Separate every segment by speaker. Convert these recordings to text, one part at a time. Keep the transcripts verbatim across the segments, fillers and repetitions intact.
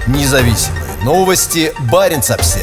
Speaker 1: Независимые новости. Баренц-Обсервер.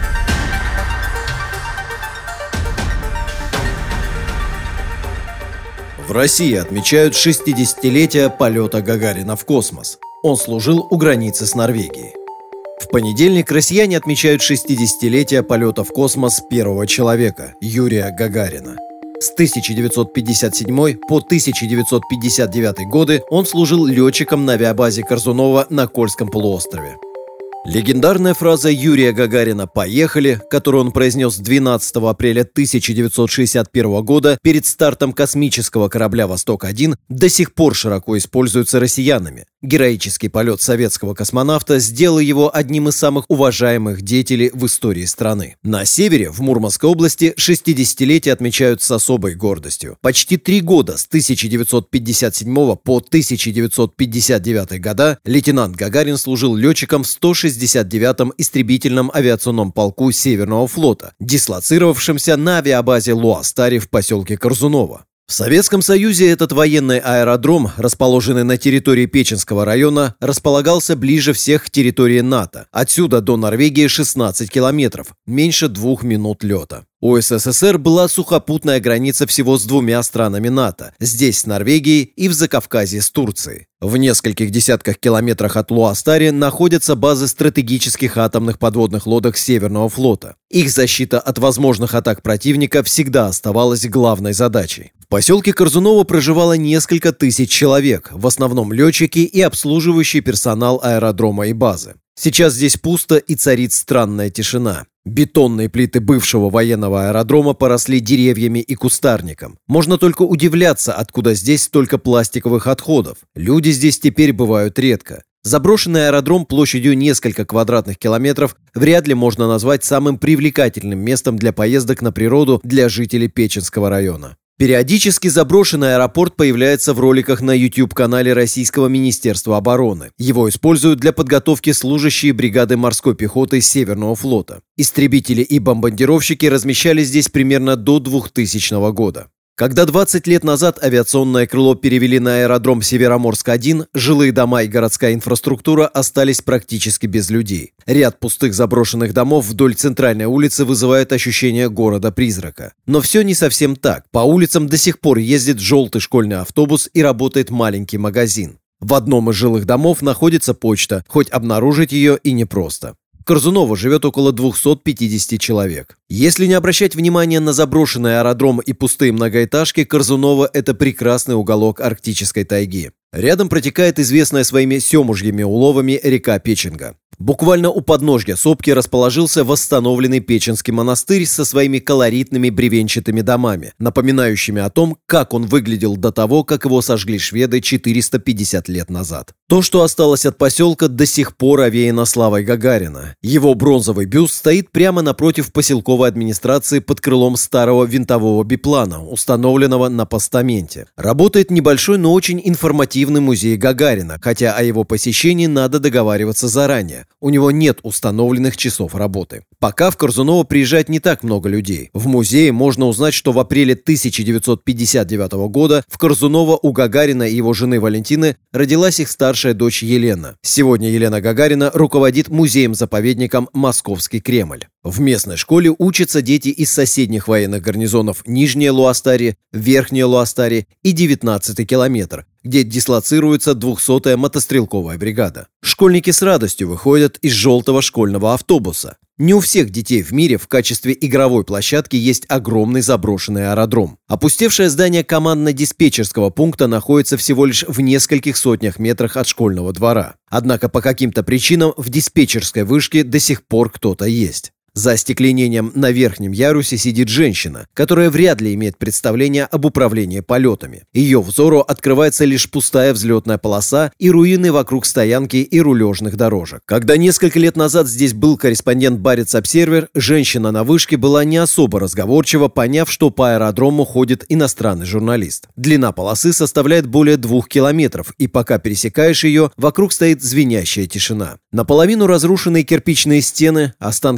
Speaker 1: В России отмечают шестидесятилетие полета Гагарина в космос. Он служил у границы с Норвегией. В понедельник россияне отмечают шестидесятилетие полета в космос первого человека – Юрия Гагарина. С тысяча девятьсот пятьдесят седьмого по тысяча девятьсот пятьдесят девятый годы он служил летчиком на авиабазе Корзунова на Кольском полуострове. Легендарная фраза Юрия Гагарина «Поехали», которую он произнес двенадцатого апреля тысяча девятьсот шестьдесят первого года перед стартом космического корабля «Восток-один», до сих пор широко используется россиянами. Героический полет советского космонавта сделал его одним из самых уважаемых деятелей в истории страны. На севере, в Мурманской области, шестидесятилетие отмечают с особой гордостью. Почти три года, с тысяча девятьсот пятьдесят седьмого по тысяча девятьсот пятьдесят девятый года, лейтенант Гагарин служил летчиком в сто шестьдесят девятом истребительном авиационном полку Северного флота, дислоцировавшемся на авиабазе Луастари в поселке Корзуново. В Советском Союзе этот военный аэродром, расположенный на территории Печенского района, располагался ближе всех к территории НАТО. Отсюда до Норвегии шестнадцать километров, меньше двух минут лета. У СССР была сухопутная граница всего с двумя странами НАТО, здесь с Норвегией и в Закавказье с Турцией. В нескольких десятках километрах от Луастари находятся базы стратегических атомных подводных лодок Северного флота. Их защита от возможных атак противника всегда оставалась главной задачей. В поселке Корзуново проживало несколько тысяч человек, в основном летчики и обслуживающий персонал аэродрома и базы. Сейчас здесь пусто и царит странная тишина. Бетонные плиты бывшего военного аэродрома поросли деревьями и кустарником. Можно только удивляться, откуда здесь столько пластиковых отходов. Люди здесь теперь бывают редко. Заброшенный аэродром площадью несколько квадратных километров вряд ли можно назвать самым привлекательным местом для поездок на природу для жителей Печенского района. Периодически заброшенный аэропорт появляется в роликах на YouTube-канале Российского министерства обороны. Его используют для подготовки служащие бригады морской пехоты Северного флота. Истребители и бомбардировщики размещались здесь примерно до двухтысячного года. Когда двадцать лет назад авиационное крыло перевели на аэродром Североморск-один, жилые дома и городская инфраструктура остались практически без людей. Ряд пустых заброшенных домов вдоль центральной улицы вызывает ощущение города-призрака. Но все не совсем так. По улицам до сих пор ездит желтый школьный автобус и работает маленький магазин. В одном из жилых домов находится почта, хоть обнаружить ее и непросто. В Корзуново живет около двухсот пятидесяти человек. Если не обращать внимания на заброшенный аэродром и пустые многоэтажки, Корзуново – это прекрасный уголок арктической тайги. Рядом протекает известная своими семужьими уловами река Печенга. Буквально у подножья сопки расположился восстановленный Печенский монастырь со своими колоритными бревенчатыми домами, напоминающими о том, как он выглядел до того, как его сожгли шведы четыреста пятьдесят лет назад. То, что осталось от поселка, до сих пор овеяно славой Гагарина. Его бронзовый бюст стоит прямо напротив поселковой администрации под крылом старого винтового биплана, установленного на постаменте. Работает небольшой, но очень информативный музей Гагарина, хотя о его посещении надо договариваться заранее. У него нет установленных часов работы. Пока в Корзуново приезжает не так много людей. В музее можно узнать, что в апреле тысяча девятьсот пятьдесят девятого года в Корзуново у Гагарина и его жены Валентины родилась их старшая дочь Елена. Сегодня Елена Гагарина руководит музеем-заповедником «Московский Кремль». В местной школе учатся дети из соседних военных гарнизонов Нижняя Луастари, Верхняя Луастари и девятнадцатый километр, где дислоцируется двухсотая мотострелковая бригада. Школьники с радостью выходят из желтого школьного автобуса. Не у всех детей в мире в качестве игровой площадки есть огромный заброшенный аэродром. Опустевшее здание командно-диспетчерского пункта находится всего лишь в нескольких сотнях метрах от школьного двора. Однако по каким-то причинам в диспетчерской вышке до сих пор кто-то есть. За остекленением на верхнем ярусе сидит женщина, которая вряд ли имеет представление об управлении полетами. Ее взору открывается лишь пустая взлетная полоса и руины вокруг стоянки и рулежных дорожек. Когда несколько лет назад здесь был корреспондент Баренц-Обсервер, женщина на вышке была не особо разговорчива, поняв, что по аэродрому ходит иностранный журналист. Длина полосы составляет более двух километров, и пока пересекаешь ее, вокруг стоит звенящая тишина. Наполовину разрушенные кирпичные стены, останки снесенных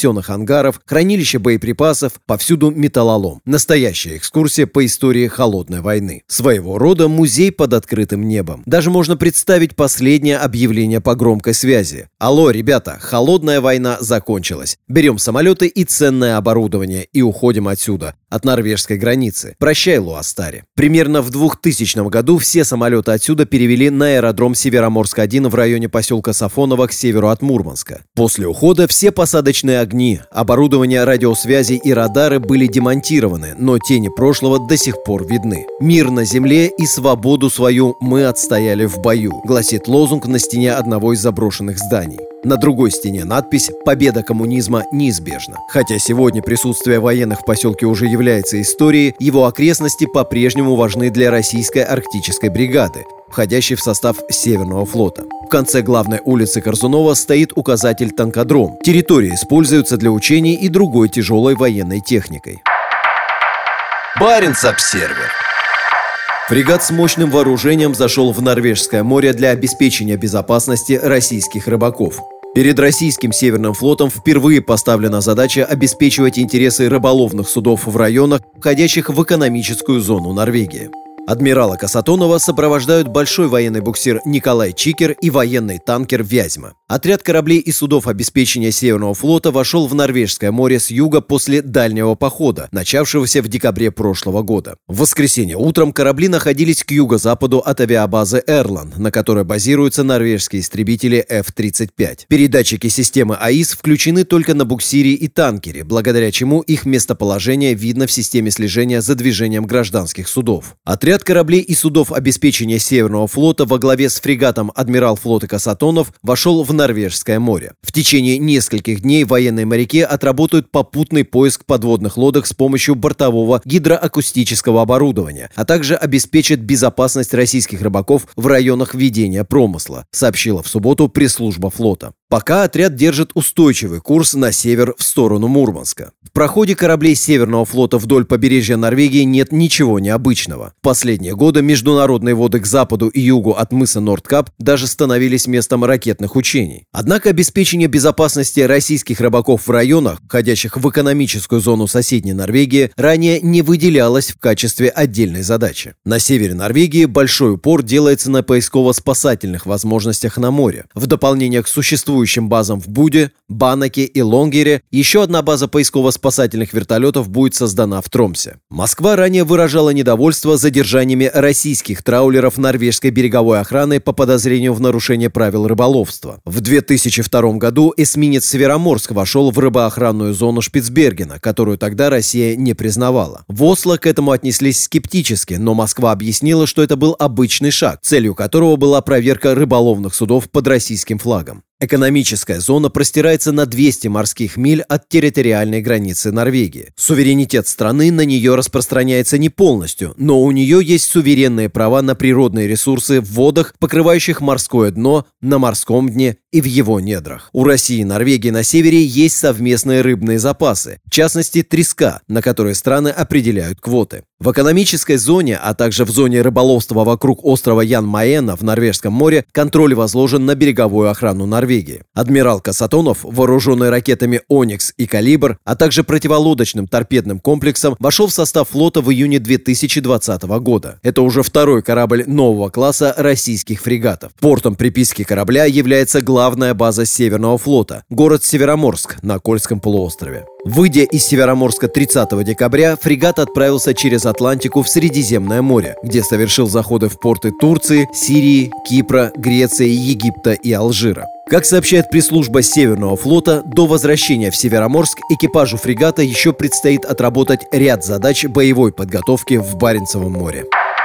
Speaker 1: плетеных ангаров, хранилище боеприпасов, повсюду металлолом. Настоящая экскурсия по истории холодной войны. Своего рода музей под открытым небом. Даже можно представить последнее объявление по громкой связи. Алло, ребята, холодная война закончилась. Берем самолеты и ценное оборудование и уходим отсюда, от норвежской границы. Прощай, Луастари. Примерно в двухтысячном году все самолеты отсюда перевели на аэродром Североморск один в районе поселка Сафоново к северу от Мурманска. После ухода все посадочные огни, оборудование радиосвязи и радары были демонтированы, но тени прошлого до сих пор видны. «Мир на земле и свободу свою мы отстояли в бою», гласит лозунг на стене одного из заброшенных зданий. На другой стене надпись «Победа коммунизма неизбежна». Хотя сегодня присутствие военных в поселке уже является историей, его окрестности по-прежнему важны для российской арктической бригады, входящей в состав Северного флота. В конце главной улицы Корзунова стоит указатель «Танкодром». Территория используется для учений и другой тяжелой военной техникой.
Speaker 2: Баренц-Обсервер.
Speaker 1: Фрегат с мощным вооружением зашел в Норвежское море для обеспечения безопасности российских рыбаков. Перед российским Северным флотом впервые поставлена задача обеспечивать интересы рыболовных судов в районах, входящих в экономическую зону Норвегии. Адмирала Касатонова сопровождают большой военный буксир «Николай Чикер» и военный танкер «Вязьма». Отряд кораблей и судов обеспечения Северного флота вошел в Норвежское море с юга после дальнего похода, начавшегося в декабре прошлого года. В воскресенье утром корабли находились к юго-западу от авиабазы «Эрланд», на которой базируются норвежские истребители эф тридцать пять. Передатчики системы АИС включены только на буксире и танкере, благодаря чему их местоположение видно в системе слежения за движением гражданских судов. Отряд кораблей и судов обеспечения Северного флота во главе с фрегатом адмирал флота Касатонов вошел в Норвежское море. В течение нескольких дней военные моряки отработают попутный поиск подводных лодок с помощью бортового гидроакустического оборудования, а также обеспечат безопасность российских рыбаков в районах ведения промысла, сообщила в субботу пресс-служба флота. Пока отряд держит устойчивый курс на север в сторону Мурманска. В проходе кораблей Северного флота вдоль побережья Норвегии нет ничего необычного. В последние годы международные воды к западу и югу от мыса Нордкап даже становились местом ракетных учений. Однако обеспечение безопасности российских рыбаков в районах, входящих в экономическую зону соседней Норвегии, ранее не выделялось в качестве отдельной задачи. На севере Норвегии большой упор делается на поисково-спасательных возможностях на море. В дополнение к существующим базам в Буде, Банаке и Лонгере, еще одна база поисково-спасательных вертолетов будет создана в Тромсе. Москва ранее выражала недовольство задержаниями российских траулеров норвежской береговой охраны по подозрению в нарушении правил рыболовства. В две тысячи втором году эсминец «Североморск» вошел в рыбоохранную зону Шпицбергена, которую тогда Россия не признавала. В Осло к этому отнеслись скептически, но Москва объяснила, что это был обычный шаг, целью которого была проверка рыболовных судов под российским флагом. Экономическая зона простирается на двести морских миль от территориальной границы Норвегии. Суверенитет страны на нее распространяется не полностью, но у нее есть суверенные права на природные ресурсы в водах, покрывающих морское дно, на морском дне и в его недрах. У России и Норвегии на севере есть совместные рыбные запасы, в частности треска, на которые страны определяют квоты. В экономической зоне, а также в зоне рыболовства вокруг острова Ян-Маена в Норвежском море контроль возложен на береговую охрану Норвегии. Адмирал Касатонов, вооруженный ракетами «Оникс» и «Калибр», а также противолодочным торпедным комплексом, вошел в состав флота в июне две тысячи двадцатого года. Это уже второй корабль нового класса российских фрегатов. Портом приписки корабля является главная база Северного флота – город Североморск на Кольском полуострове. Выйдя из Североморска тридцатого декабря, фрегат отправился через Атлантику в Средиземное море, где совершил заходы в порты Турции, Сирии, Кипра, Греции, Египта и Алжира. Как сообщает пресс-служба Северного флота, до возвращения в Североморск экипажу фрегата еще предстоит отработать ряд задач боевой подготовки в Баренцевом море.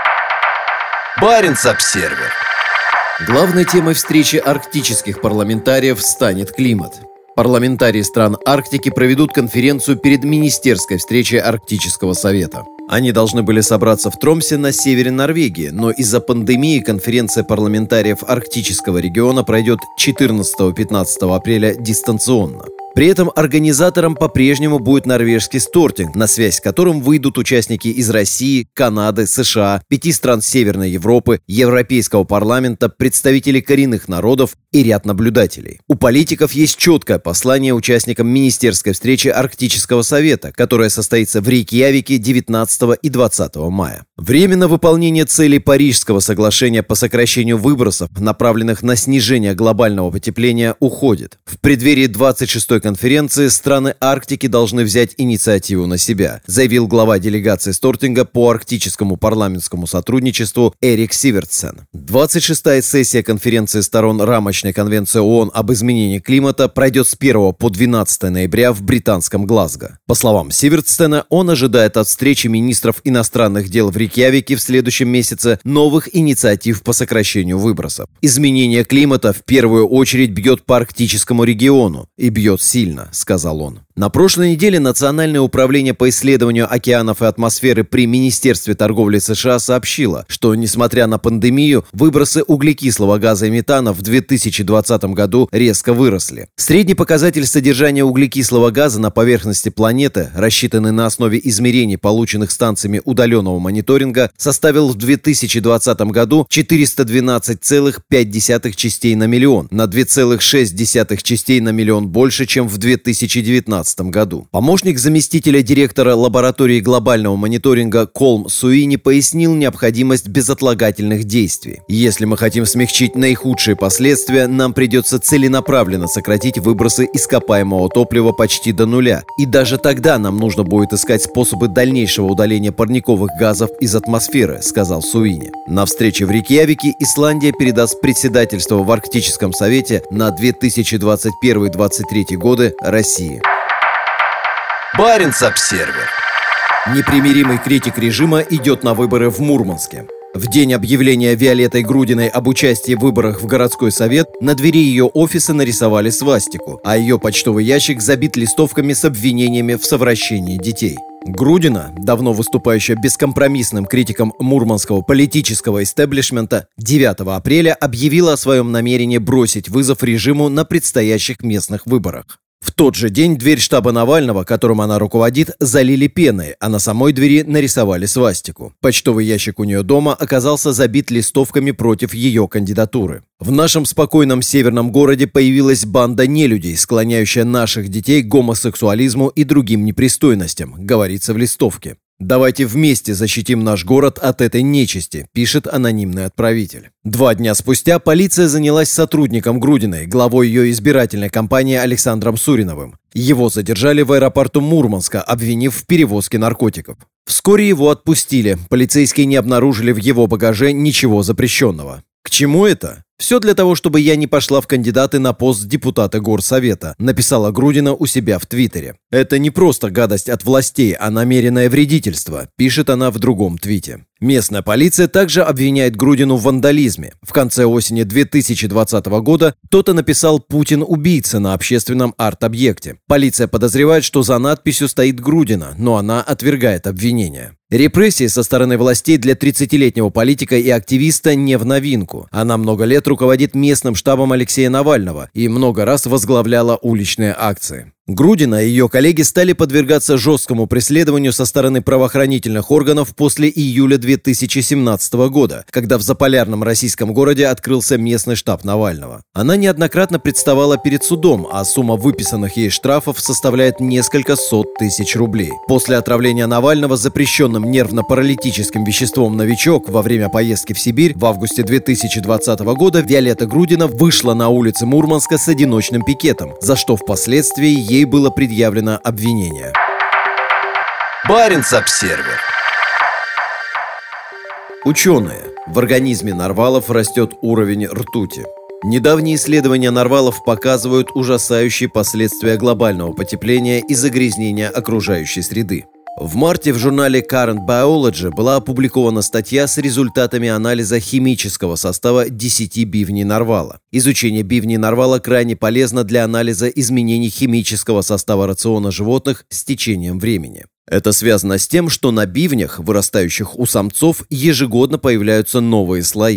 Speaker 2: Баренц-Обсервер.
Speaker 1: Главной темой встречи арктических парламентариев станет климат. Парламентарии стран Арктики проведут конференцию перед министерской встречей Арктического совета. Они должны были собраться в Тромсе на севере Норвегии, но из-за пандемии конференция парламентариев Арктического региона пройдет четырнадцатого-пятнадцатого апреля дистанционно. При этом организатором по-прежнему будет норвежский Стортинг, на связь с которым выйдут участники из России, Канады, США, пяти стран Северной Европы, Европейского парламента, представители коренных народов и ряд наблюдателей. У политиков есть четкое послание участникам министерской встречи Арктического совета, которая состоится в Рейкьявике девятнадцатого и двадцатого мая. Время на выполнение целей Парижского соглашения по сокращению выбросов, направленных на снижение глобального потепления, уходит. В преддверии двадцать шестой конференции страны Арктики должны взять инициативу на себя, заявил глава делегации Стортинга по арктическому парламентскому сотрудничеству Эрик Сивертсен. двадцать шестая сессия конференции сторон рамочной конвенции ООН об изменении климата пройдет с первого по двенадцатое ноября в британском Глазго. По словам Сивертсена, он ожидает от встречи министров иностранных дел в Рейкьявике в следующем месяце новых инициатив по сокращению выбросов. Изменение климата в первую очередь бьет по арктическому региону и бьет сильно, сказал он. На прошлой неделе Национальное управление по исследованию океанов и атмосферы при Министерстве торговли США сообщило, что, несмотря на пандемию, выбросы углекислого газа и метана в две тысячи двадцатом году резко выросли. Средний показатель содержания углекислого газа на поверхности планеты, рассчитанный на основе измерений, полученных станциями удаленного мониторинга, составил в две тысячи двадцатом году четыреста двенадцать целых пять десятых частей на миллион, на две целых шесть десятых частей на миллион больше, чем в две тысячи девятнадцатом году. Помощник заместителя директора лаборатории глобального мониторинга Колм Суини пояснил необходимость безотлагательных действий. Если мы хотим смягчить наихудшие последствия, нам придется целенаправленно сократить выбросы ископаемого топлива почти до нуля. И даже тогда нам нужно будет искать способы дальнейшего удаления парниковых газов из атмосферы, сказал Суини. На встрече в Рейкьявике Исландия передаст председательство в Арктическом совете на две тысячи двадцать первый — двадцать третий годы России.
Speaker 2: Баренц-Обсервер.
Speaker 1: Непримиримый критик режима идет на выборы в Мурманске. В день объявления Виолеттой Грудиной об участии в выборах в городской совет на двери ее офиса нарисовали свастику, а ее почтовый ящик забит листовками с обвинениями в совращении детей. Грудина, давно выступающая бескомпромиссным критиком мурманского политического истеблишмента, девятого апреля объявила о своем намерении бросить вызов режиму на предстоящих местных выборах. В тот же день дверь штаба Навального, которым она руководит, залили пеной, а на самой двери нарисовали свастику. Почтовый ящик у нее дома оказался забит листовками против ее кандидатуры. В нашем спокойном северном городе появилась банда нелюдей, склоняющая наших детей к гомосексуализму и другим непристойностям, говорится в листовке. «Давайте вместе защитим наш город от этой нечисти», пишет анонимный отправитель. Два дня спустя полиция занялась сотрудником Грудиной, главой ее избирательной кампании Александром Суриновым. Его задержали в аэропорту Мурманска, обвинив в перевозке наркотиков. Вскоре его отпустили. Полицейские не обнаружили в его багаже ничего запрещенного. К чему это? «Все для того, чтобы я не пошла в кандидаты на пост депутата Горсовета», написала Грудина у себя в Твиттере. «Это не просто гадость от властей, а намеренное вредительство», пишет она в другом твите. Местная полиция также обвиняет Грудину в вандализме. В конце осени две тысячи двадцатого года кто-то написал «Путин убийца» на общественном арт-объекте. Полиция подозревает, что за надписью стоит Грудина, но она отвергает обвинения. Репрессии со стороны властей для тридцатилетнего политика и активиста не в новинку. Она много лет руководит местным штабом Алексея Навального и много раз возглавляла уличные акции. Грудина и ее коллеги стали подвергаться жесткому преследованию со стороны правоохранительных органов после июля две тысячи семнадцатого года, когда в заполярном российском городе открылся местный штаб Навального. Она неоднократно представала перед судом, а сумма выписанных ей штрафов составляет несколько сот тысяч рублей. После отравления Навального запрещенным нервно-паралитическим веществом «Новичок» во время поездки в Сибирь в августе две тысячи двадцатого года Виолетта Грудина вышла на улицы Мурманска с одиночным пикетом, за что впоследствии ей Ей было предъявлено обвинение.
Speaker 2: Баренц-Обсервер.
Speaker 1: Ученые. В организме нарвалов растет уровень ртути. Недавние исследования нарвалов показывают ужасающие последствия глобального потепления и загрязнения окружающей среды. В марте в журнале Current Biology была опубликована статья с результатами анализа химического состава десяти бивней нарвала. Изучение бивней нарвала крайне полезно для анализа изменений химического состава рациона животных с течением времени. Это связано с тем, что на бивнях, вырастающих у самцов, ежегодно появляются новые слои.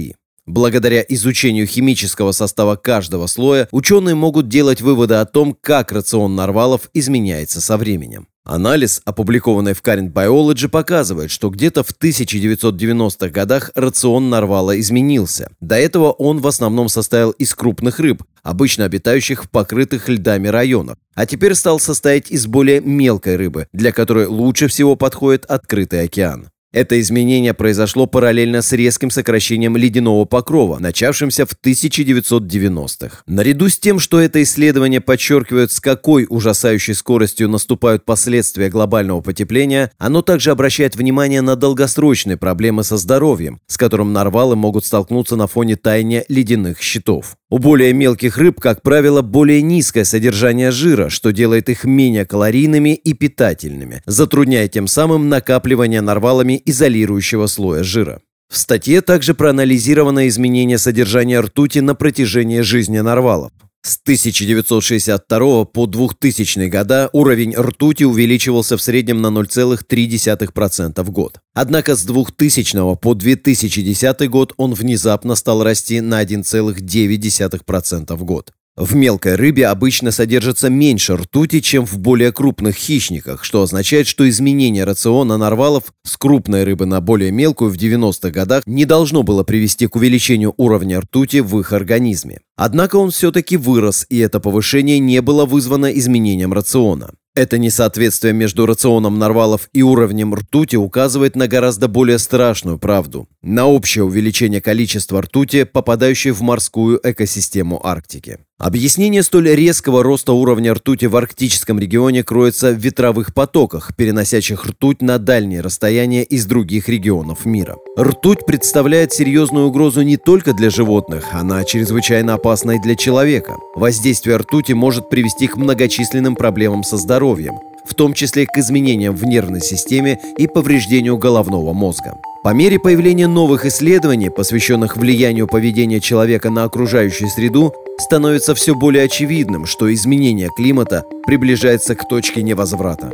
Speaker 1: Благодаря изучению химического состава каждого слоя, ученые могут делать выводы о том, как рацион нарвалов изменяется со временем. Анализ, опубликованный в Current Biology, показывает, что где-то в тысяча девятьсот девяностых годах рацион нарвала изменился. До этого он в основном состоял из крупных рыб, обычно обитающих в покрытых льдами районах, а теперь стал состоять из более мелкой рыбы, для которой лучше всего подходит открытый океан. Это изменение произошло параллельно с резким сокращением ледяного покрова, начавшимся в тысяча девятьсот девяностых. Наряду с тем, что это исследование подчеркивает, с какой ужасающей скоростью наступают последствия глобального потепления, оно также обращает внимание на долгосрочные проблемы со здоровьем, с которым нарвалы могут столкнуться на фоне таяния ледяных щитов. У более мелких рыб, как правило, более низкое содержание жира, что делает их менее калорийными и питательными, затрудняя тем самым накапливание нарвалами изолирующего слоя жира. В статье также проанализировано изменение содержания ртути на протяжении жизни нарвалов. С тысяча девятьсот шестьдесят второго по двухтысячные года уровень ртути увеличивался в среднем на ноль целых три десятых процента в год. Однако с двухтысячного по две тысячи десятый год он внезапно стал расти на один целых девять десятых процента в год. В мелкой рыбе обычно содержится меньше ртути, чем в более крупных хищниках, что означает, что изменение рациона нарвалов с крупной рыбы на более мелкую в девяностых годах не должно было привести к увеличению уровня ртути в их организме. Однако он все-таки вырос, и это повышение не было вызвано изменением рациона. Это несоответствие между рационом нарвалов и уровнем ртути указывает на гораздо более страшную правду – на общее увеличение количества ртути, попадающей в морскую экосистему Арктики. Объяснение столь резкого роста уровня ртути в арктическом регионе кроется в ветровых потоках, переносящих ртуть на дальние расстояния из других регионов мира. Ртуть представляет серьезную угрозу не только для животных, она чрезвычайно опасна и для человека. Воздействие ртути может привести к многочисленным проблемам со здоровьем, в том числе к изменениям в нервной системе и повреждению головного мозга. По мере появления новых исследований, посвященных влиянию поведения человека на окружающую среду, становится все более очевидным, что изменение климата приближается к точке невозврата.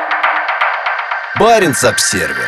Speaker 2: Баренц-Обсервер.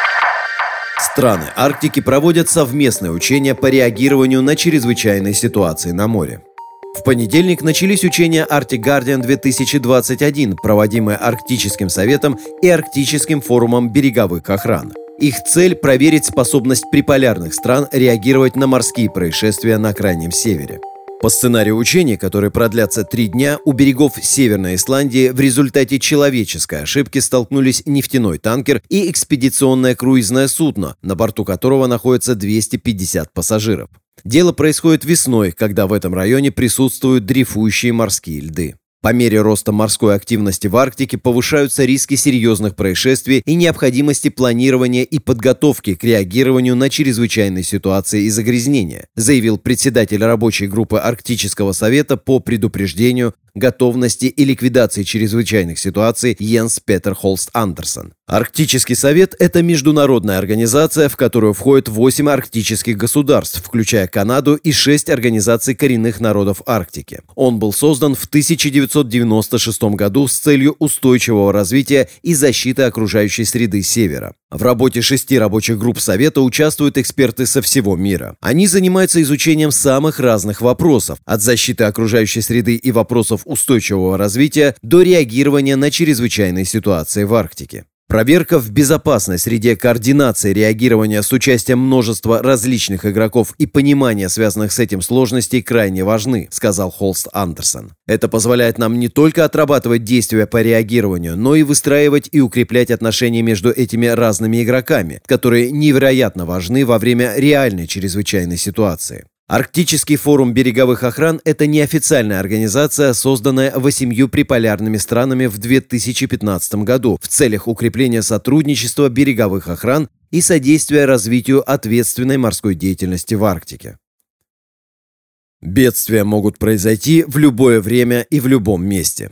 Speaker 1: Страны Арктики проводят совместные учения по реагированию на чрезвычайные ситуации на море. В понедельник начались учения Arctic Guardian две тысячи двадцать один, проводимые Арктическим советом и Арктическим форумом береговых охран. Их цель – проверить способность приполярных стран реагировать на морские происшествия на Крайнем Севере. По сценарию учений, которые продлятся три дня, у берегов Северной Исландии в результате человеческой ошибки столкнулись нефтяной танкер и экспедиционное круизное судно, на борту которого находится двести пятьдесят пассажиров. Дело происходит весной, когда в этом районе присутствуют дрейфующие морские льды. По мере роста морской активности в Арктике повышаются риски серьезных происшествий и необходимости планирования и подготовки к реагированию на чрезвычайные ситуации и загрязнения, заявил председатель рабочей группы Арктического совета по предупреждению, готовности и ликвидации чрезвычайных ситуаций Йенс Петер Холст Андерсон. Арктический совет – это международная организация, в которую входят восемь арктических государств, включая Канаду, и шесть организаций коренных народов Арктики. Он был создан в тысяча девятьсот девяносто шестом году с целью устойчивого развития и защиты окружающей среды Севера. В работе шести рабочих групп Совета участвуют эксперты со всего мира. Они занимаются изучением самых разных вопросов, от защиты окружающей среды и вопросов устойчивого развития до реагирования на чрезвычайные ситуации в Арктике. Проверка в безопасной среде координации реагирования с участием множества различных игроков и понимание связанных с этим сложностей крайне важны, сказал Холст Андерсон. Это позволяет нам не только отрабатывать действия по реагированию, но и выстраивать и укреплять отношения между этими разными игроками, которые невероятно важны во время реальной чрезвычайной ситуации. Арктический форум береговых охран – это неофициальная организация, созданная восемью приполярными странами в две тысячи пятнадцатом году в целях укрепления сотрудничества береговых охран и содействия развитию ответственной морской деятельности в Арктике. Бедствия могут произойти в любое время и в любом месте.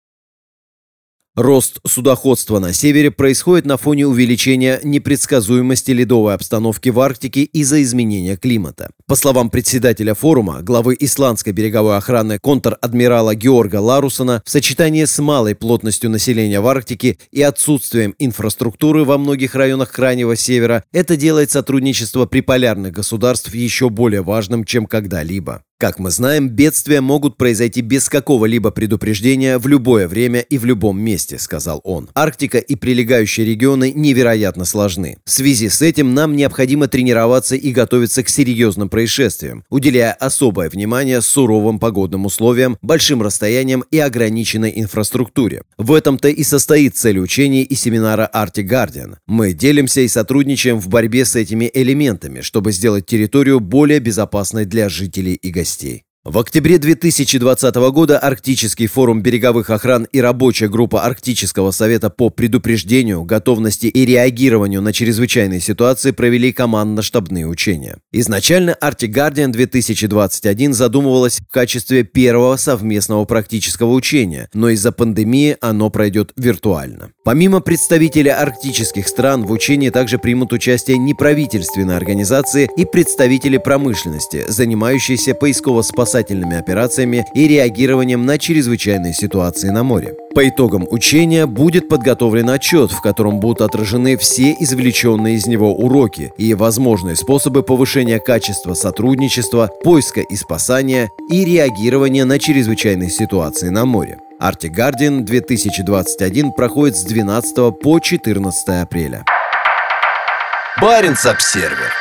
Speaker 1: Рост судоходства на севере происходит на фоне увеличения непредсказуемости ледовой обстановки в Арктике из-за изменения климата. По словам председателя форума, главы исландской береговой охраны контр-адмирала Георга Ларусона, в сочетании с малой плотностью населения в Арктике и отсутствием инфраструктуры во многих районах Крайнего Севера, это делает сотрудничество приполярных государств еще более важным, чем когда-либо. Как мы знаем, бедствия могут произойти без какого-либо предупреждения в любое время и в любом месте, сказал он. Арктика и прилегающие регионы невероятно сложны. В связи с этим нам необходимо тренироваться и готовиться к серьезным происшествиям, уделяя особое внимание суровым погодным условиям, большим расстояниям и ограниченной инфраструктуре. В этом-то и состоит цель учений и семинара Arctic Guardian. Мы делимся и сотрудничаем в борьбе с этими элементами, чтобы сделать территорию более безопасной для жителей и гостей. В октябре две тысячи двадцатого года Арктический форум береговых охран и рабочая группа Арктического совета по предупреждению, готовности и реагированию на чрезвычайные ситуации провели командно-штабные учения. Изначально Arctic Guardian две тысячи двадцать один задумывалась в качестве первого совместного практического учения, но из-за пандемии оно пройдет виртуально. Помимо представителей арктических стран, в учении также примут участие неправительственные организации и представители промышленности, занимающиеся поисково-спасательными операциями и реагированием на чрезвычайные ситуации на море. По итогам учения будет подготовлен отчет, в котором будут отражены все извлеченные из него уроки и возможные способы повышения качества сотрудничества, поиска и спасания и реагирования на чрезвычайные ситуации на море. Arctic Guardian две тысячи двадцать один проходит с двенадцатого по четырнадцатое апреля.
Speaker 2: Баренц-Обсервер.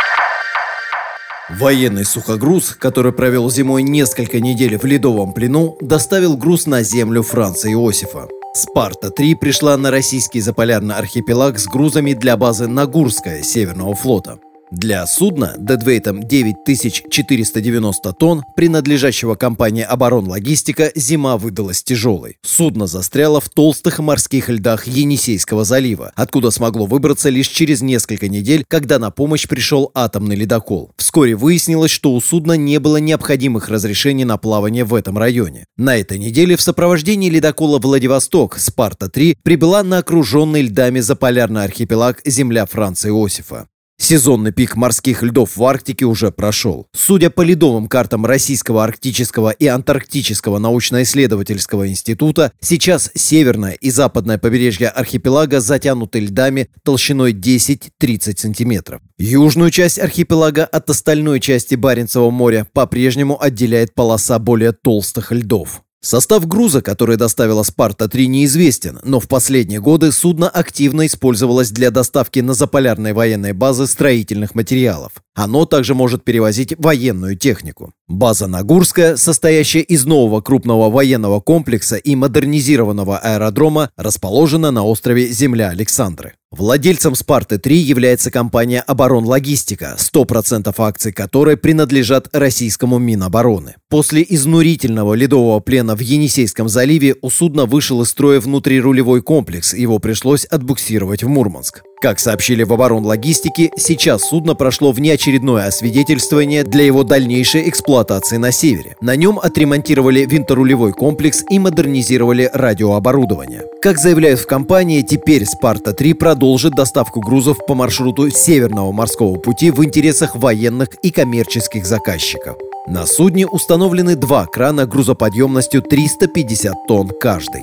Speaker 1: Военный сухогруз, который провел зимой несколько недель в ледовом плену, доставил груз на землю Франца Иосифа. «Спарта три» пришла на российский заполярный архипелаг с грузами для базы Нагурская Северного флота. Для судна дедвейтом девять тысяч четыреста девяносто тонн, принадлежащего компании «Оборонлогистика», зима выдалась тяжелой. Судно застряло в толстых морских льдах Енисейского залива, откуда смогло выбраться лишь через несколько недель, когда на помощь пришел атомный ледокол. Вскоре выяснилось, что у судна не было необходимых разрешений на плавание в этом районе. На этой неделе в сопровождении ледокола «Владивосток» «Спарта три» прибыла на окруженный льдами заполярный архипелаг земля Франца Иосифа. Сезонный пик морских льдов в Арктике уже прошел. Судя по ледовым картам Российского арктического и антарктического научно-исследовательского института, сейчас северное и западное побережье архипелага затянуты льдами толщиной десять-тридцать сантиметров. Южную часть архипелага от остальной части Баренцева моря по-прежнему отделяет полоса более толстых льдов. Состав груза, который доставила «Спарта три», неизвестен, но в последние годы судно активно использовалось для доставки на заполярные военные базы строительных материалов. Оно также может перевозить военную технику. База Нагурская, состоящая из нового крупного военного комплекса и модернизированного аэродрома, расположена на острове Земля Александры. Владельцем «Спарты три» является компания «Оборонлогистика», сто процентов акций которой принадлежат российскому Минобороны. После изнурительного ледового плена в Енисейском заливе у судна вышел из строя внутрирулевой комплекс, его пришлось отбуксировать в Мурманск. Как сообщили в Оборонлогистике, сейчас судно прошло внеочередное освидетельствование для его дальнейшей эксплуатации на севере. На нем отремонтировали винторулевой комплекс и модернизировали радиооборудование. Как заявляют в компании, теперь «Спарта три» продолжит доставку грузов по маршруту Северного морского пути в интересах военных и коммерческих заказчиков. На судне установлены два крана грузоподъемностью триста пятьдесят тонн каждый.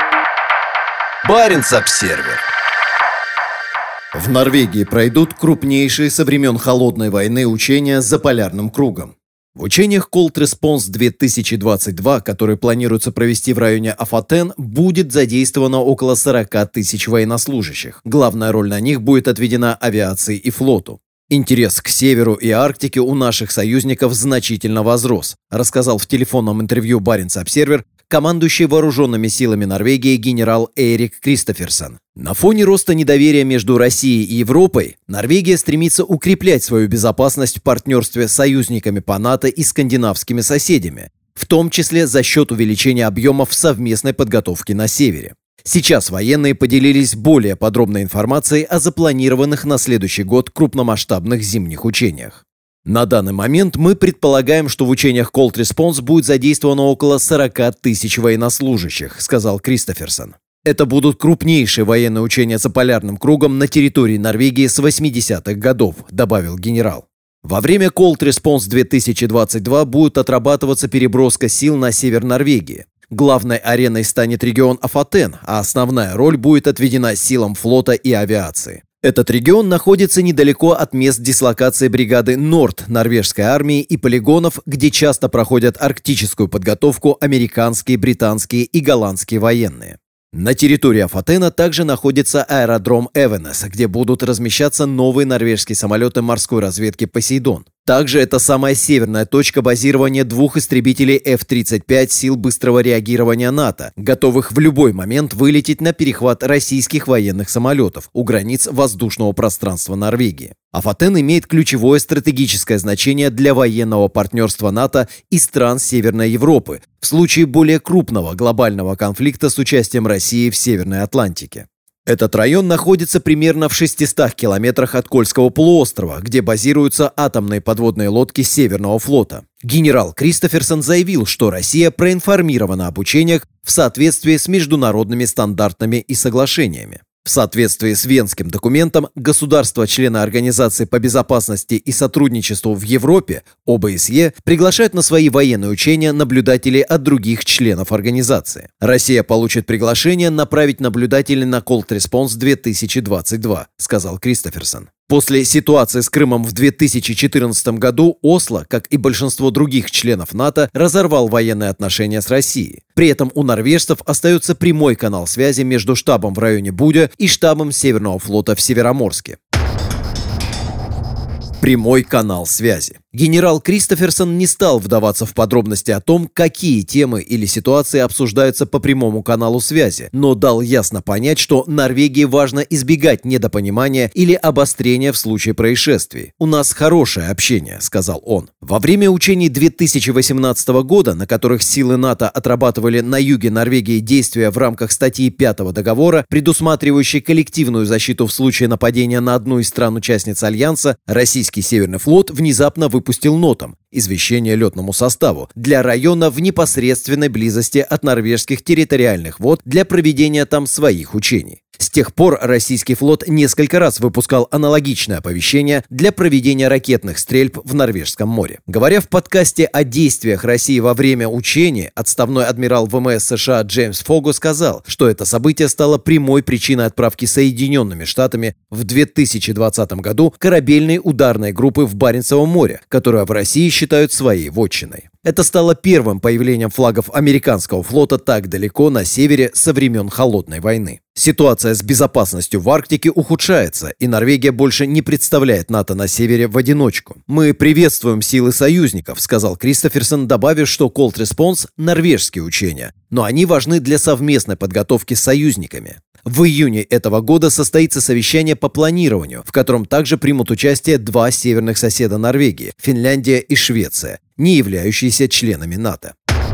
Speaker 2: Баренц-Обсервер.
Speaker 1: В Норвегии пройдут крупнейшие со времен Холодной войны учения с заполярным кругом. В учениях Cold Response две тысячи двадцать два, которые планируется провести в районе Афотен, будет задействовано около сорока тысяч военнослужащих. Главная роль на них будет отведена авиации и флоту. Интерес к северу и Арктике у наших союзников значительно возрос, рассказал в телефонном интервью Баренц-Обсервер командующий вооруженными силами Норвегии генерал Эрик Кристоферсон. На фоне роста недоверия между Россией и Европой, Норвегия стремится укреплять свою безопасность в партнерстве с союзниками по НАТО и скандинавскими соседями, в том числе за счет увеличения объемов совместной подготовки на севере. Сейчас военные поделились более подробной информацией о запланированных на следующий год крупномасштабных зимних учениях. На данный момент мы предполагаем, что в учениях Cold Response будет задействовано около сорока тысяч военнослужащих, сказал Кристоферсон. Это будут крупнейшие военные учения за полярным кругом на территории Норвегии с восьмидесятых годов, добавил генерал. Во время Cold Response две тысячи двадцать два будет отрабатываться переброска сил на север Норвегии. Главной ареной станет регион Афотен, а основная роль будет отведена силам флота и авиации. Этот регион находится недалеко от мест дислокации бригады Норд норвежской армии и полигонов, где часто проходят арктическую подготовку американские, британские и голландские военные. На территории Афотена также находится аэродром Эвенес, где будут размещаться новые норвежские самолеты морской разведки «Посейдон». Также это самая северная точка базирования двух истребителей эф тридцать пять сил быстрого реагирования НАТО, готовых в любой момент вылететь на перехват российских военных самолетов у границ воздушного пространства Норвегии. Афотен имеет ключевое стратегическое значение для военного партнерства НАТО и стран Северной Европы в случае более крупного глобального конфликта с участием России в Северной Атлантике. Этот район находится примерно в шестистах километрах от Кольского полуострова, где базируются атомные подводные лодки Северного флота. Генерал Кристоферсон заявил, что Россия проинформирована об учениях в соответствии с международными стандартами и соглашениями. В соответствии с Венским документом, государства-члены Организации по безопасности и сотрудничеству в Европе, о бэ эс е, приглашают на свои военные учения наблюдателей от других членов организации. Россия получит приглашение направить наблюдателей на Cold Response две тысячи двадцать два, сказал Кристоферсон. После ситуации с Крымом в две тысячи четырнадцатом году Осло, как и большинство других членов НАТО, разорвал военные отношения с Россией. При этом у норвежцев остается прямой канал связи между штабом в районе Будя и штабом Северного флота в Североморске. Прямой канал связи. Генерал Кристоферсон не стал вдаваться в подробности о том, какие темы или ситуации обсуждаются по прямому каналу связи, но дал ясно понять, что Норвегии важно избегать недопонимания или обострения в случае происшествий. «У нас хорошее общение», — сказал он. Во время учений две тысячи восемнадцатого года, на которых силы НАТО отрабатывали на юге Норвегии действия в рамках статьи пятого договора, предусматривающей коллективную защиту в случае нападения на одну из стран-участниц Альянса, российский Северный флот внезапно выпустил выпустил нотам извещение летному составу для района в непосредственной близости от норвежских территориальных вод для проведения там своих учений. С тех пор российский флот несколько раз выпускал аналогичное оповещение для проведения ракетных стрельб в Норвежском море. Говоря в подкасте о действиях России во время учений, отставной адмирал вэ эм эс США Джеймс Фого сказал, что это событие стало прямой причиной отправки Соединенными Штатами в две тысячи двадцатом году корабельной ударной группы в Баренцевом море, которую в России считают своей вотчиной. Это стало первым появлением флагов американского флота так далеко на севере со времен Холодной войны. Ситуация с безопасностью в Арктике ухудшается, и Норвегия больше не представляет НАТО на севере в одиночку. «Мы приветствуем силы союзников», — сказал Кристоферсон, добавив, что Cold Response — норвежские учения, но они важны для совместной подготовки с союзниками. В июне этого года состоится совещание по планированию, в котором также примут участие два северных соседа Норвегии – Финляндия и Швеция, не являющиеся членами НАТО.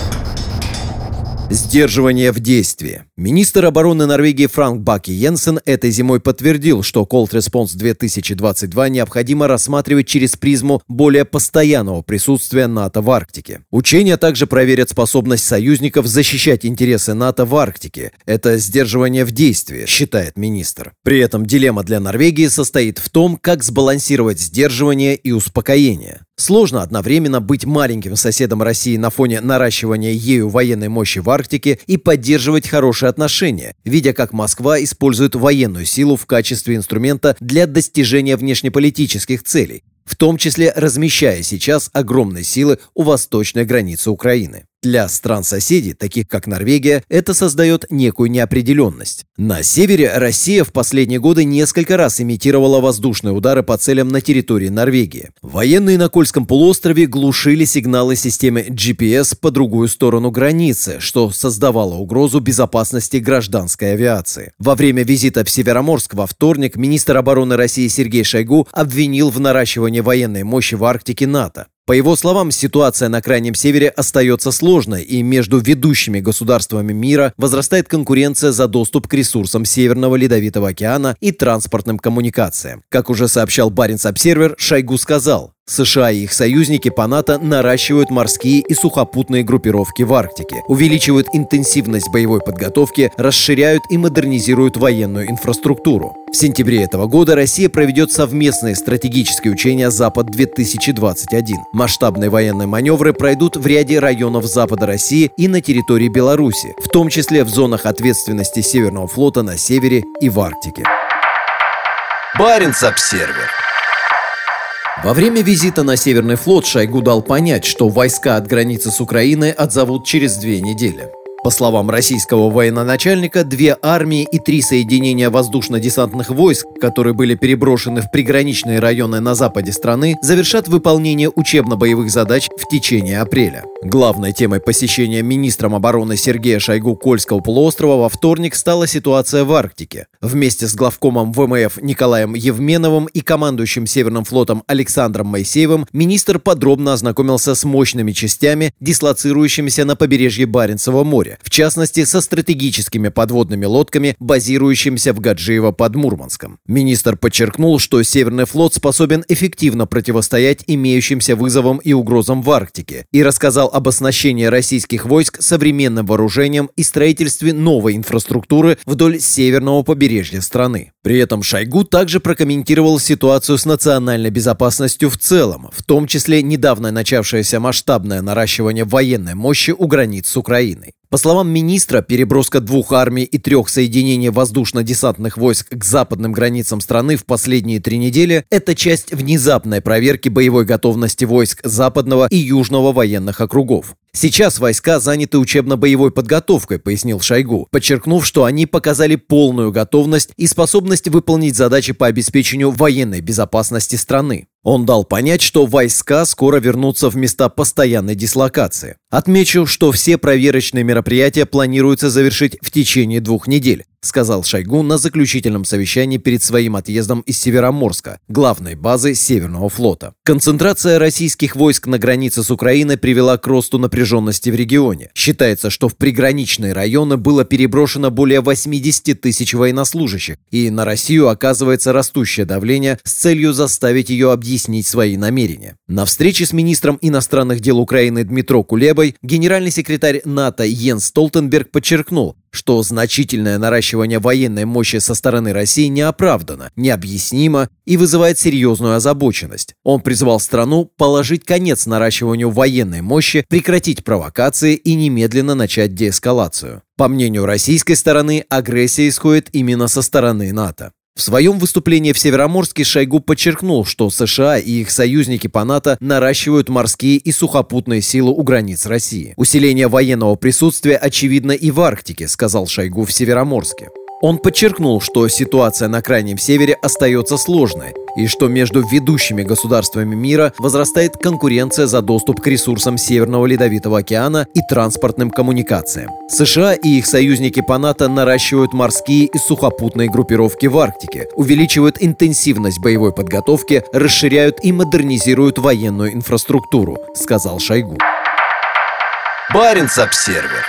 Speaker 1: Сдерживание в действии. Министр обороны Норвегии Франк Баки-Йенсен этой зимой подтвердил, что Cold Response две тысячи двадцать два необходимо рассматривать через призму более постоянного присутствия НАТО в Арктике. Учения также проверят способность союзников защищать интересы НАТО в Арктике. Это сдерживание в действии, считает министр. При этом дилемма для Норвегии состоит в том, как сбалансировать сдерживание и успокоение. Сложно одновременно быть маленьким соседом России на фоне наращивания ею военной мощи в Арктике и поддерживать хорошие отношения, видя, как Москва использует военную силу в качестве инструмента для достижения внешнеполитических целей, в том числе размещая сейчас огромные силы у восточной границы Украины. Для стран-соседей, таких как Норвегия, это создает некую неопределенность. На севере Россия в последние годы несколько раз имитировала воздушные удары по целям на территории Норвегии. Военные на Кольском полуострове глушили сигналы системы джи пи эс по другую сторону границы, что создавало угрозу безопасности гражданской авиации. Во время визита в Североморск во вторник министр обороны России Сергей Шойгу обвинил в наращивании военной мощи в Арктике НАТО. По его словам, ситуация на Крайнем Севере остается сложной, и между ведущими государствами мира возрастает конкуренция за доступ к ресурсам Северного Ледовитого океана и транспортным коммуникациям. Как уже сообщал Баренц Обсервер, Шойгу сказал: США и их союзники по НАТО наращивают морские и сухопутные группировки в Арктике, увеличивают интенсивность боевой подготовки, расширяют и модернизируют военную инфраструктуру. В сентябре этого года Россия проведет совместные стратегические учения «Запад-две тысячи двадцать один». Масштабные военные маневры пройдут в ряде районов Запада России и на территории Беларуси, в том числе в зонах ответственности Северного флота на севере и в Арктике.
Speaker 2: Баренц-Обсервер.
Speaker 1: Во время визита на Северный флот Шойгу дал понять, что войска от границы с Украиной отзовут через две недели. По словам российского военачальника, две армии и три соединения воздушно-десантных войск, которые были переброшены в приграничные районы на западе страны, завершат выполнение учебно-боевых задач в течение апреля. Главной темой посещения министром обороны Сергея Шойгу Кольского полуострова во вторник стала ситуация в Арктике. Вместе с главкомом ВМФ Николаем Евменовым и командующим Северным флотом Александром Моисеевым министр подробно ознакомился с мощными частями, дислоцирующимися на побережье Баренцева моря, в частности, со стратегическими подводными лодками, базирующимися в Гаджиево под Мурманском. Министр подчеркнул, что Северный флот способен эффективно противостоять имеющимся вызовам и угрозам в Арктике, и рассказал об оснащении российских войск современным вооружением и строительстве новой инфраструктуры вдоль северного побережья страны. При этом Шойгу также прокомментировал ситуацию с национальной безопасностью в целом, в том числе недавно начавшееся масштабное наращивание военной мощи у границ с Украиной. По словам министра, переброска двух армий и трех соединений воздушно-десантных войск к западным границам страны в последние три недели – это часть внезапной проверки боевой готовности войск западного и южного военных округов. Сейчас войска заняты учебно-боевой подготовкой, пояснил Шойгу, подчеркнув, что они показали полную готовность и способность выполнить задачи по обеспечению военной безопасности страны. Он дал понять, что войска скоро вернутся в места постоянной дислокации. Отмечу, что все проверочные мероприятия планируется завершить в течение двух недель, сказал Шойгу на заключительном совещании перед своим отъездом из Североморска, главной базы Северного флота. Концентрация российских войск на границе с Украиной привела к росту напряженности в регионе. Считается, что в приграничные районы было переброшено более восемьдесят тысяч военнослужащих, и на Россию оказывается растущее давление с целью заставить ее объяснить свои намерения. На встрече с министром иностранных дел Украины Дмитро Кулебой генеральный секретарь НАТО Йенс Столтенберг подчеркнул, что значительное наращивание военной мощи со стороны России не оправдано, необъяснимо и вызывает серьезную озабоченность. Он призвал страну положить конец наращиванию военной мощи, прекратить провокации и немедленно начать деэскалацию. По мнению российской стороны, агрессия исходит именно со стороны НАТО. В своем выступлении в Североморске Шойгу подчеркнул, что США и их союзники по НАТО наращивают морские и сухопутные силы у границ России. Усиление военного присутствия очевидно и в Арктике, сказал Шойгу в Североморске. Он подчеркнул, что ситуация на Крайнем Севере остается сложной и что между ведущими государствами мира возрастает конкуренция за доступ к ресурсам Северного Ледовитого океана и транспортным коммуникациям. США и их союзники по НАТО наращивают морские и сухопутные группировки в Арктике, увеличивают интенсивность боевой подготовки, расширяют и модернизируют военную инфраструктуру, сказал Шойгу.
Speaker 2: Баренц-Обсервер.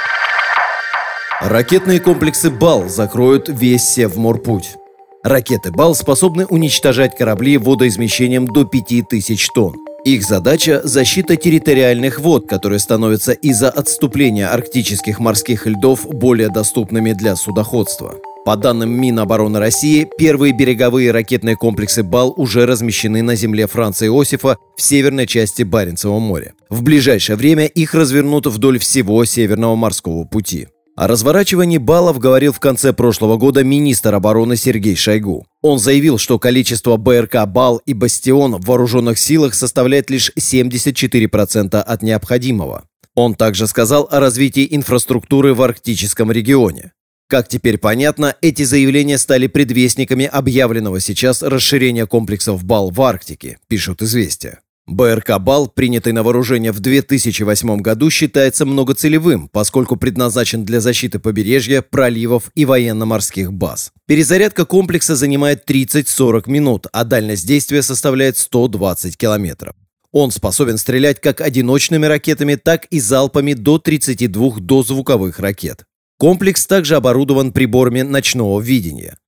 Speaker 1: Ракетные комплексы «Бал» закроют весь Севморпуть. Ракеты «Бал» способны уничтожать корабли водоизмещением до пяти тысяч тонн. Их задача – защита территориальных вод, которые становятся из-за отступления арктических морских льдов более доступными для судоходства. По данным Минобороны России, первые береговые ракетные комплексы «Бал» уже размещены на земле Франца Иосифа в северной части Баренцева моря. В ближайшее время их развернут вдоль всего Северного морского пути. О разворачивании «Балов» говорил в конце прошлого года министр обороны Сергей Шойгу. Он заявил, что количество БРК «Бал» и «Бастион» в вооруженных силах составляет лишь семьдесят четыре процента от необходимого. Он также сказал о развитии инфраструктуры в арктическом регионе. Как теперь понятно, эти заявления стали предвестниками объявленного сейчас расширения комплексов «Бал» в Арктике, пишут «Известия». БРК «Бал», принятый на вооружение в две тысячи восьмом году, считается многоцелевым, поскольку предназначен для защиты побережья, проливов и военно-морских баз. Перезарядка комплекса занимает тридцать-сорок минут, а дальность действия составляет сто двадцать километров. Он способен стрелять как одиночными ракетами, так и залпами до тридцати двух дозвуковых ракет. Комплекс также оборудован приборами ночного видения.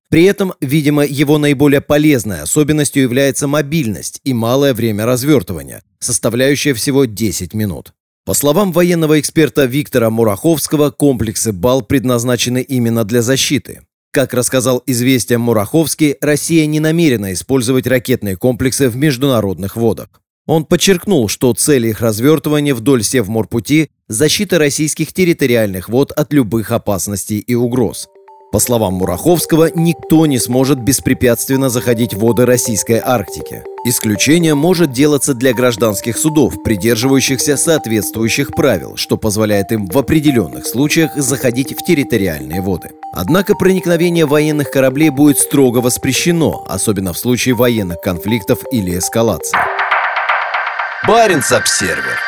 Speaker 1: При этом, видимо, его наиболее полезной особенностью является мобильность и малое время развертывания, составляющее всего десять минут. По словам военного эксперта Виктора Мураховского, комплексы БАЛ предназначены именно для защиты. Как рассказал «Известиям» Мураховский, Россия не намерена использовать ракетные комплексы в международных водах. Он подчеркнул, что цель их развертывания вдоль Севморпути – защита российских территориальных вод от любых опасностей и угроз. По словам Мураховского, никто не сможет беспрепятственно заходить в воды российской Арктики. Исключение может делаться для гражданских судов, придерживающихся соответствующих правил, что позволяет им в определенных случаях заходить в территориальные воды. Однако проникновение военных кораблей будет строго воспрещено, особенно в случае военных конфликтов или эскалации.
Speaker 2: Баренц-Обсервер.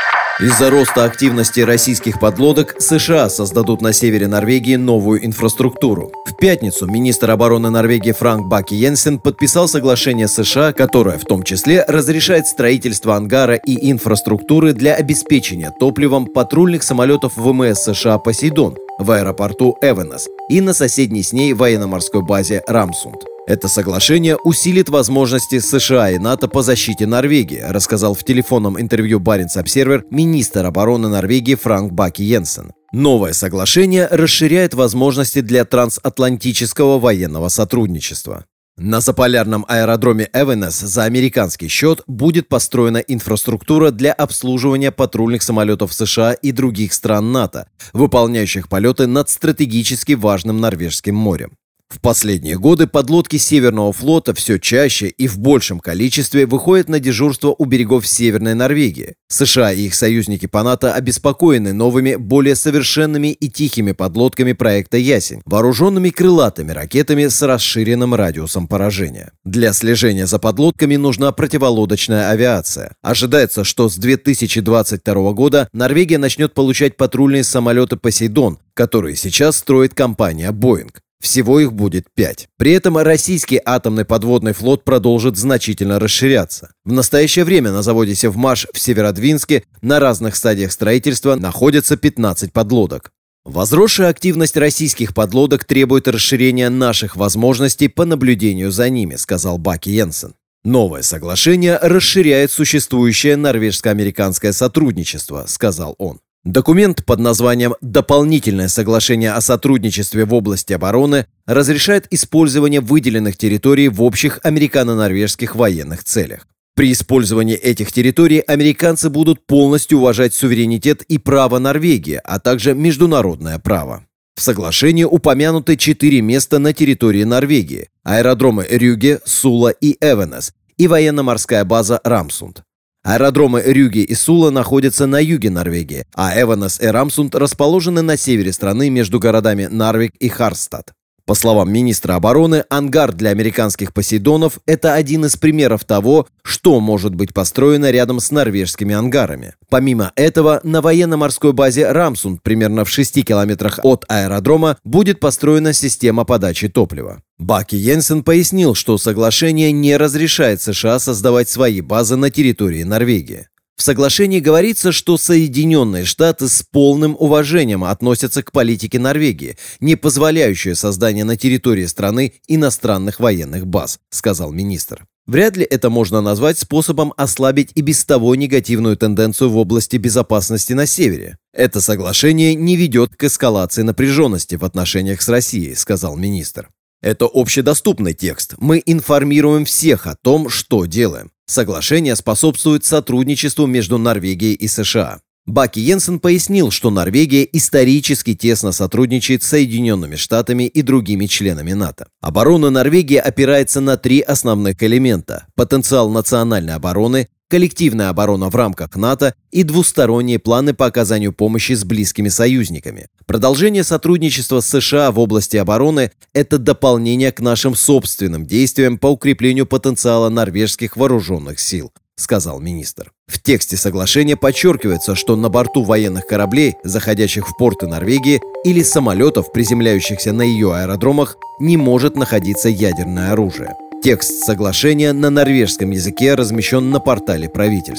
Speaker 1: Из-за роста активности российских подлодок США создадут на севере Норвегии новую инфраструктуру. В пятницу министр обороны Норвегии Франк Баки-Йенсен подписал соглашение США, которое в том числе разрешает строительство ангара и инфраструктуры для обеспечения топливом патрульных самолетов ВМС США «Посейдон» в аэропорту Эвенес и на соседней с ней военно-морской базе Рамсунд. Это соглашение усилит возможности США и НАТО по защите Норвегии, рассказал в телефонном интервью Баренц-Обсервер министр обороны Норвегии Франк Баки-Йенсен. Новое соглашение расширяет возможности для трансатлантического военного сотрудничества. На заполярном аэродроме Эвенес за американский счет будет построена инфраструктура для обслуживания патрульных самолетов США и других стран НАТО, выполняющих полеты над стратегически важным Норвежским морем. В последние годы подлодки Северного флота все чаще и в большем количестве выходят на дежурство у берегов Северной Норвегии. США и их союзники по НАТО обеспокоены новыми, более совершенными и тихими подлодками проекта «Ясень», вооруженными крылатыми ракетами с расширенным радиусом поражения. Для слежения за подлодками нужна противолодочная авиация. Ожидается, что с две тысячи двадцать второго года Норвегия начнет получать патрульные самолеты «Посейдон», которые сейчас строит компания «Боинг». Всего их будет пять. При этом российский атомный подводный флот продолжит значительно расширяться. В настоящее время на заводе «Севмаш» в Северодвинске на разных стадиях строительства находятся пятнадцать подлодок. Возросшая активность российских подлодок требует расширения наших возможностей по наблюдению за ними, сказал Баки-Йенсен. Новое соглашение расширяет существующее норвежско-американское сотрудничество, сказал он. Документ под названием «Дополнительное соглашение о сотрудничестве в области обороны» разрешает использование выделенных территорий в общих американо-норвежских военных целях. При использовании этих территорий американцы будут полностью уважать суверенитет и право Норвегии, а также международное право. В соглашении упомянуты четыре места на территории Норвегии – аэродромы Рюге, Сула и Эвенес и военно-морская база Рамсунд. Аэродромы Рюге и Сула находятся на юге Норвегии, а Эвенес и Рамсунд расположены на севере страны между городами Нарвик и Харстад. По словам министра обороны, ангар для американских «Посейдонов» – это один из примеров того, что может быть построено рядом с норвежскими ангарами. Помимо этого, на военно-морской базе Рамсунд, примерно в шести километрах от аэродрома, будет построена система подачи топлива. Баки-Йенсен пояснил, что соглашение не разрешает США создавать свои базы на территории Норвегии. В соглашении говорится, что Соединенные Штаты с полным уважением относятся к политике Норвегии, не позволяющей создание на территории страны иностранных военных баз, сказал министр. Вряд ли это можно назвать способом ослабить и без того негативную тенденцию в области безопасности на севере. Это соглашение не ведет к эскалации напряженности в отношениях с Россией, сказал министр. Это общедоступный текст. Мы информируем всех о том, что делаем. Соглашение способствует сотрудничеству между Норвегией и США. Баки-Йенсен пояснил, что Норвегия исторически тесно сотрудничает с Соединенными Штатами и другими членами НАТО. Оборона Норвегии опирается на три основных элемента – потенциал национальной обороны, коллективная оборона в рамках НАТО и двусторонние планы по оказанию помощи с близкими союзниками. Продолжение сотрудничества с США в области обороны – это дополнение к нашим собственным действиям по укреплению потенциала норвежских вооруженных сил, сказал министр. В тексте соглашения подчеркивается, что на борту военных кораблей, заходящих в порты Норвегии, или самолетов, приземляющихся на ее аэродромах, не может находиться ядерное оружие. Текст соглашения на норвежском языке размещен на портале правительства.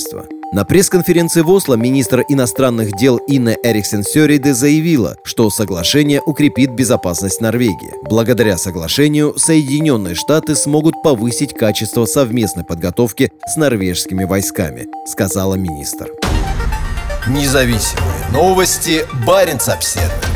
Speaker 1: На пресс-конференции в Осло министр иностранных дел Инна Эриксен Сёриде заявила, что соглашение укрепит безопасность Норвегии. Благодаря соглашению Соединенные Штаты смогут повысить качество совместной подготовки с норвежскими войсками, сказала министр.
Speaker 2: Независимые новости. Баренц-Обседный.